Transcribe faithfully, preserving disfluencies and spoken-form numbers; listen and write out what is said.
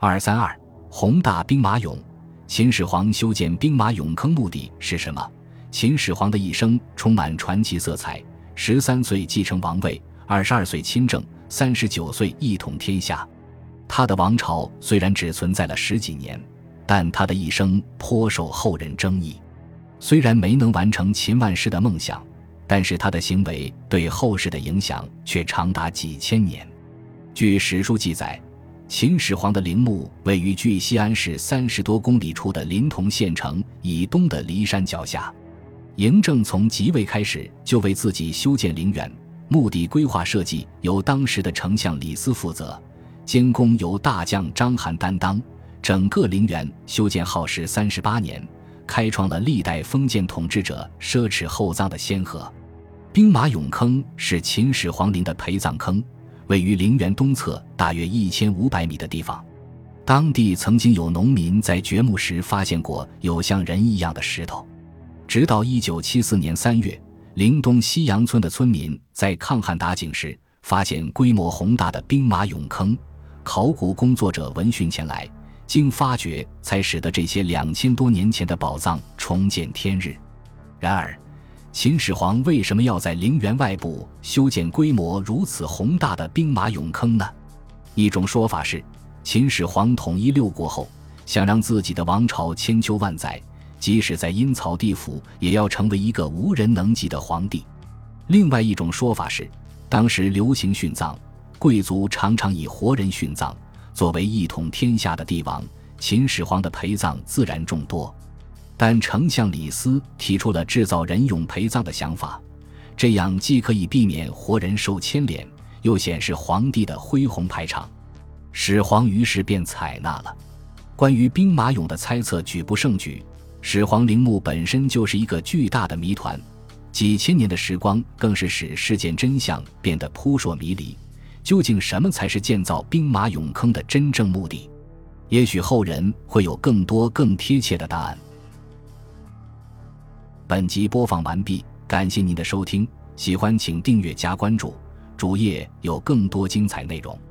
二三二宏大兵马俑。秦始皇修建兵马俑坑目的是什么？秦始皇的一生充满传奇色彩，十三岁继承王位，二十二岁亲政，三十九岁一统天下。他的王朝虽然只存在了十几年，但他的一生颇受后人争议。虽然没能完成秦万世的梦想，但是他的行为对后世的影响却长达几千年。据史书记载，秦始皇的陵墓位于距西安市三十多公里处的临潼县城以东的骊山脚下。嬴政从即位开始就为自己修建陵园，墓地规划设计由当时的丞相李斯负责，监工由大将章邯担当。整个陵园修建耗时三十八年，开创了历代封建统治者奢侈厚葬的先河。兵马俑坑是秦始皇陵的陪葬坑，位于陵园东侧大约一千五百米的地方。当地曾经有农民在掘墓时发现过有像人一样的石头。直到一九七四年三月，陵东西杨村的村民在抗旱打井时发现规模宏大的兵马俑坑，考古工作者闻讯前来，经发掘才使得这些两千多年前的宝藏重见天日。然而，秦始皇为什么要在陵园外部修建规模如此宏大的兵马俑坑呢？一种说法是，秦始皇统一六国后，想让自己的王朝千秋万载，即使在阴曹地府也要成为一个无人能及的皇帝。另外一种说法是，当时流行殉葬，贵族常常以活人殉葬，作为一统天下的帝王，秦始皇的陪葬自然众多。但丞相李斯提出了制造人俑陪葬的想法，这样既可以避免活人受牵连，又显示皇帝的恢宏排场。始皇于是便采纳了。关于兵马俑的猜测举不胜举，始皇陵墓本身就是一个巨大的谜团，几千年的时光更是使事件真相变得扑朔迷离。究竟什么才是建造兵马俑坑的真正目的？也许后人会有更多更贴切的答案。本集播放完毕，感谢您的收听，喜欢请订阅加关注，主页有更多精彩内容。